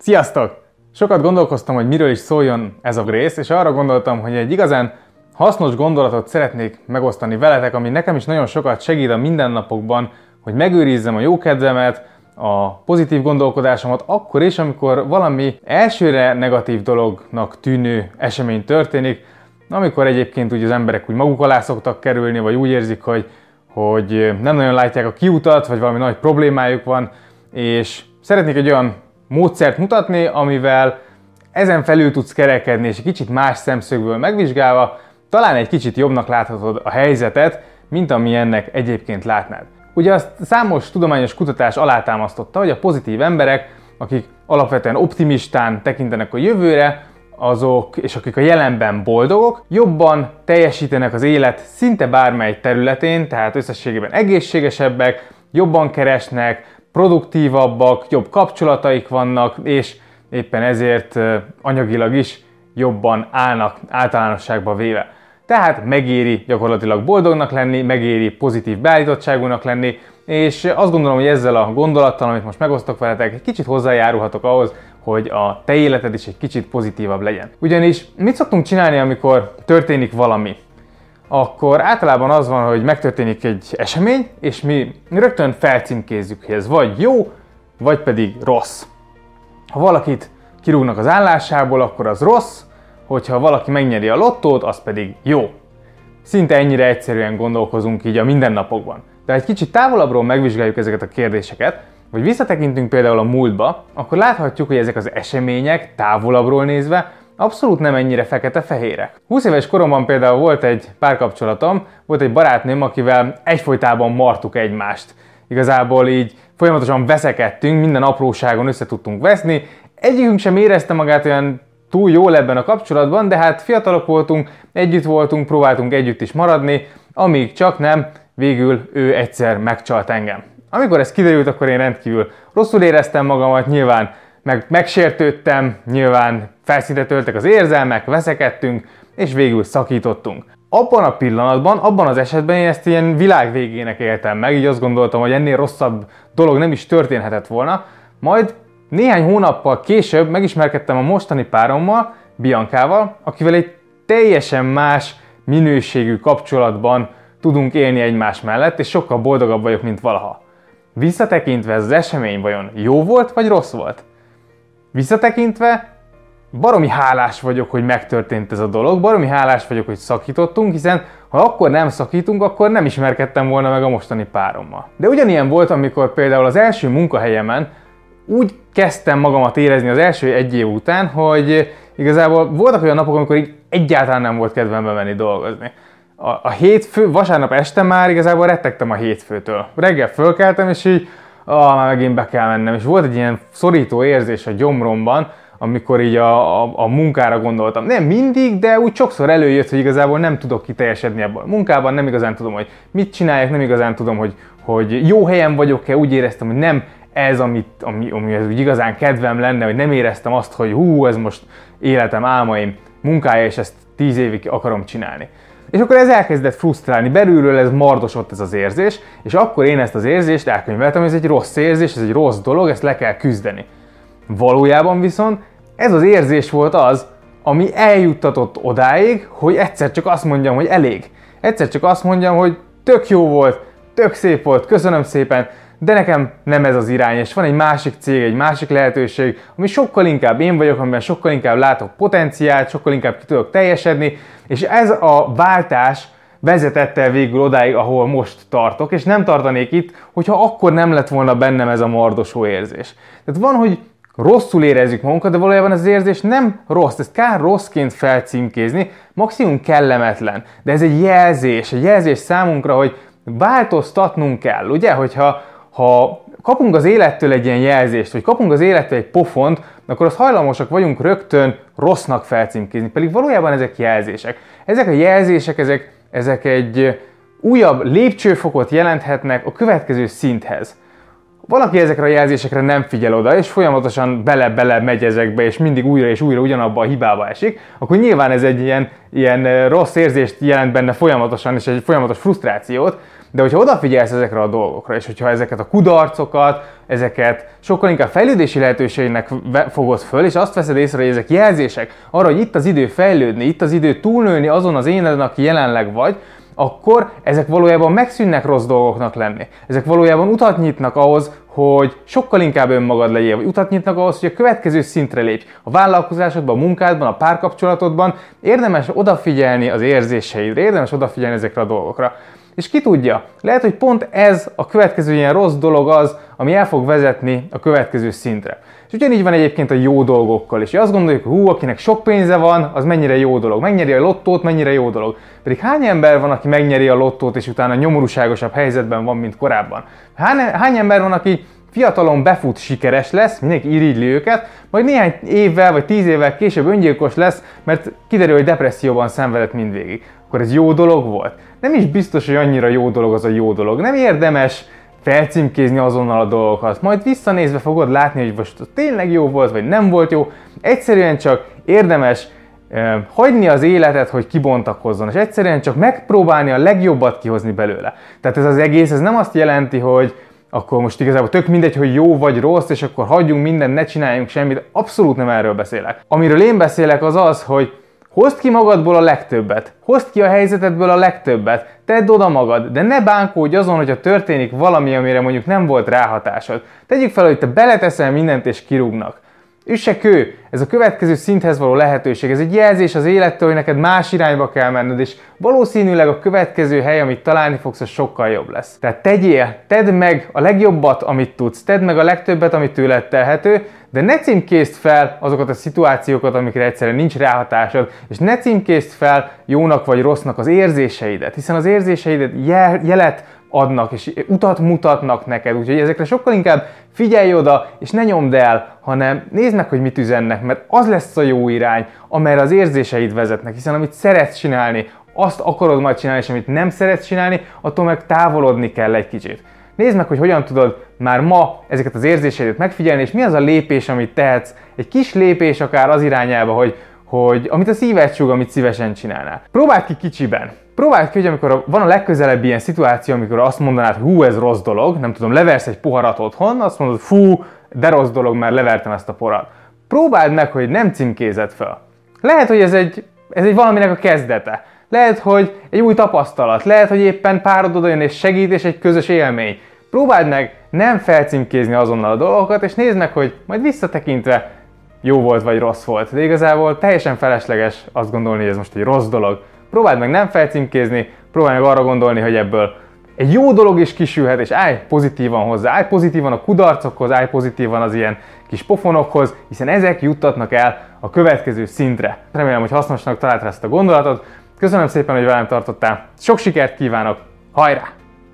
Sziasztok! Sokat gondolkoztam, hogy miről is szóljon ez a rész, és arra gondoltam, hogy egy igazán hasznos gondolatot szeretnék megosztani veletek, ami nekem is nagyon sokat segít a mindennapokban, hogy megőrizzem a jókedvemet, a pozitív gondolkodásomat akkor is, amikor valami elsőre negatív dolognak tűnő esemény történik, amikor egyébként úgy az emberek úgy maguk alá szoktak kerülni, vagy úgy érzik, hogy nem nagyon látják a kiutat, vagy valami nagy problémájuk van, és szeretnék egy olyan módszert mutatni, amivel ezen felül tudsz kerekedni, és egy kicsit más szemszögből megvizsgálva, talán egy kicsit jobbnak láthatod a helyzetet, mint amilyennek egyébként látnád. Ugye azt számos tudományos kutatás alátámasztotta, hogy a pozitív emberek, akik alapvetően optimistán tekintenek a jövőre, azok, és akik a jelenben boldogok, jobban teljesítenek az élet szinte bármely területén, tehát összességében egészségesebbek, jobban keresnek, produktívabbak, jobb kapcsolataik vannak, és éppen ezért anyagilag is jobban állnak általánosságba véve. Tehát megéri gyakorlatilag boldognak lenni, megéri pozitív beállítottságúnak lenni, és azt gondolom, hogy ezzel a gondolattal, amit most megosztok veletek, egy kicsit hozzájárulhatok ahhoz, hogy a te életed is egy kicsit pozitívabb legyen. Ugyanis mit szoktunk csinálni, amikor történik valami? Akkor általában az van, hogy megtörténik egy esemény, és mi rögtön felcímkézzük, hogy ez vagy jó, vagy pedig rossz. Ha valakit kirúgnak az állásából, akkor az rossz, hogyha valaki megnyeri a lottót, az pedig jó. Szinte ennyire egyszerűen gondolkozunk így a mindennapokban. De ha egy kicsit távolabbról megvizsgáljuk ezeket a kérdéseket, vagy visszatekintünk például a múltba, akkor láthatjuk, hogy ezek az események távolabbról nézve abszolút nem ennyire fekete-fehérek. 20 éves koromban például volt egy párkapcsolatom, volt egy barátnőm, akivel egyfolytában martuk egymást. Igazából így folyamatosan veszekedtünk, minden apróságon össze tudtunk veszni, egyikünk sem érezte magát olyan túl jól ebben a kapcsolatban, de hát fiatalok voltunk, próbáltunk együtt is maradni, amíg csak nem, végül ő egyszer megcsalt engem. Amikor ez kiderült, akkor én rendkívül rosszul éreztem magamat, nyilván megsértődtem, nyilván felszínre törtek az érzelmek, veszekedtünk, és végül szakítottunk. Abban a pillanatban, abban az esetben én ezt ilyen világ végének éltem meg, így azt gondoltam, hogy ennél rosszabb dolog nem is történhetett volna, majd néhány hónappal később megismerkedtem a mostani párommal, Biancával, akivel egy teljesen más minőségű kapcsolatban tudunk élni egymás mellett, és sokkal boldogabb vagyok, mint valaha. Visszatekintve ez az esemény vajon jó volt, vagy rossz volt? Visszatekintve baromi hálás vagyok, hogy megtörtént ez a dolog, baromi hálás vagyok, hogy szakítottunk, hiszen ha akkor nem szakítunk, akkor nem ismerkedtem volna meg a mostani párommal. De ugyanilyen volt, amikor például az első munkahelyemen úgy kezdtem magamat érezni az első egy év után, hogy igazából voltak olyan napok, amikor így egyáltalán nem volt kedvem bemenni dolgozni. A hétfő, vasárnap este már igazából rettegtem a hétfőtől. Reggel fölkeltem, és így már megint be kell mennem. És volt egy ilyen szorító érzés a gyomromban, amikor így a munkára gondoltam. Nem mindig, de úgy sokszor előjött, hogy igazából nem tudok kiteljesedni ebből a munkában, nem igazán tudom, hogy mit csináljak, nem igazán tudom, hogy jó helyen vagyok-e, úgy éreztem, hogy nem ez, ami úgy igazán kedvem lenne, hogy nem éreztem azt, hogy ez most életem, álmaim munkája, és ezt 10 évig akarom csinálni. És akkor ez elkezdett frusztrálni, belülről ez mardosott ez az érzés, és akkor én ezt az érzést elkönyveltem, hogy ez egy rossz érzés, ez egy rossz dolog, ezt le kell küzdeni. Valójában viszont ez az érzés volt az, ami eljuttatott odáig, hogy egyszer csak azt mondjam, hogy elég. Egyszer csak azt mondjam, hogy tök jó volt, tök szép volt, köszönöm szépen, de nekem nem ez az irány, és van egy másik cég, egy másik lehetőség, ami sokkal inkább én vagyok, amiben sokkal inkább látok potenciált, sokkal inkább ki tudok teljesedni, és ez a váltás vezetett el végül odáig, ahol most tartok, és nem tartanék itt, hogyha akkor nem lett volna bennem ez a mardosó érzés. Tehát van, hogy rosszul érezzük magunkat, de valójában ez az érzés nem rossz, ezt kár rosszként felcímkézni, maximum kellemetlen, de ez egy jelzés számunkra, hogy változtatnunk kell, ugye, hogyha kapunk az élettől egy ilyen jelzést, vagy kapunk az élettől egy pofont, akkor az hajlamosak vagyunk rögtön rossznak felcímkézni, pedig valójában ezek jelzések. Ezek a jelzések, ezek egy újabb lépcsőfokot jelenthetnek a következő szinthez. Valaki ezekre a jelzésekre nem figyel oda, és folyamatosan bele megy ezekbe, és mindig újra és újra ugyanabba a hibába esik, akkor nyilván ez egy ilyen rossz érzést jelent benne folyamatosan, és egy folyamatos frusztrációt, De hogyha odafigyelsz ezekre a dolgokra, és hogyha ezeket a kudarcokat, ezeket sokkal inkább fejlődési lehetőségnek fogod föl, és azt veszed észre, hogy ezek jelzések arra, hogy itt az idő fejlődni, itt az idő túlnőni azon az éneden, aki jelenleg vagy, akkor ezek valójában megszűnnek rossz dolgoknak lenni. Ezek valójában utat nyitnak ahhoz, hogy sokkal inkább önmagad legyél, vagy utat nyitnak ahhoz, hogy a következő szintre lépj. A vállalkozásodban, a munkádban, a párkapcsolatodban érdemes odafigyelni az érzéseidre, érdemes odafigyelni ezekre a dolgokra. És ki tudja, lehet, hogy pont ez a következő ilyen rossz dolog az, ami el fog vezetni a következő szintre. És ugyanígy van egyébként a jó dolgokkal is. És azt gondoljuk, hogy akinek sok pénze van, az mennyire jó dolog. Megnyeri a lottót, mennyire jó dolog. Pedig hány ember van, aki megnyeri a lottót, és utána nyomorúságosabb helyzetben van, mint korábban? Hány ember van, aki fiatalon befut, sikeres lesz, mindenki irigyli őket, majd néhány évvel vagy 10 évvel később öngyilkos lesz, mert kiderül, hogy depresszióban szenvedett mindvégig. Akkor ez jó dolog volt? Nem is biztos, hogy annyira jó dolog az a jó dolog. Nem érdemes felcímkézni azonnal a dolgokat. Majd visszanézve fogod látni, hogy most tényleg jó volt, vagy nem volt jó. Egyszerűen csak érdemes hagyni az életet, hogy kibontakozzon, és egyszerűen csak megpróbálni a legjobbat kihozni belőle. Tehát ez az egész, ez nem azt jelenti, hogy akkor most igazából tök mindegy, hogy jó vagy rossz, és akkor hagyjunk mindent, ne csináljunk semmit. Abszolút nem erről beszélek. Amiről én beszélek az az, hogy hozd ki magadból a legtöbbet, hozd ki a helyzetedből a legtöbbet, tedd oda magad, de ne bánkódj azon, hogyha történik valami, amire mondjuk nem volt ráhatásod. Tegyük fel, hogy te beleteszel mindent és kirúgnak. Üsse kő, ez a következő szinthez való lehetőség, ez egy jelzés az élettől, hogy neked más irányba kell menned, és valószínűleg a következő hely, amit találni fogsz, az sokkal jobb lesz. Tehát tedd meg a legjobbat, amit tudsz, tedd meg a legtöbbet, amit tőled telhető, de ne címkézd fel azokat a szituációkat, amikre egyszerűen nincs ráhatásod, és ne címkézd fel jónak vagy rossznak az érzéseidet, hiszen az érzéseidet jelet adnak, és utat mutatnak neked, úgyhogy ezekre sokkal inkább figyelj oda, és ne nyomd el, hanem nézd meg, hogy mit üzennek, mert az lesz a jó irány, amerre az érzéseid vezetnek, hiszen amit szeretsz csinálni, azt akarod majd csinálni, és amit nem szeretsz csinálni, attól meg távolodni kell egy kicsit. Nézd meg, hogy hogyan tudod már ma ezeket az érzéseidet megfigyelni, és mi az a lépés, amit tehetsz, egy kis lépés akár az irányába, hogy amit a szíved súg, amit szívesen csinálnál. Próbáld ki kicsiben. Próbáld ki, hogy amikor van a legközelebbi ilyen szituáció, amikor azt mondanád, hogy ez rossz dolog, nem tudom, leversz egy poharat otthon, azt mondod, de rossz dolog, mert levertem ezt a poharat. Próbáld meg, hogy nem címkézed fel. Lehet, hogy ez egy valaminek a kezdete. Lehet, hogy egy új tapasztalat. Lehet, hogy éppen párod odajön és segít, és egy közös élmény. Próbáld meg nem felcímkézni azonnal a dolgokat, és nézd meg, hogy majd visszatekintve jó volt vagy rossz volt. De igazából teljesen felesleges azt gondolni, hogy ez most egy rossz dolog. Próbáld meg nem felcímkézni, próbálj meg arra gondolni, hogy ebből egy jó dolog is kisülhet, és állj pozitívan hozzá, állj pozitívan a kudarcokhoz, állj pozitívan az ilyen kis pofonokhoz, hiszen ezek juttatnak el a következő szintre. Remélem, hogy hasznosnak találtál ezt a gondolatot. Köszönöm szépen, hogy velem tartottál. Sok sikert kívánok, hajrá!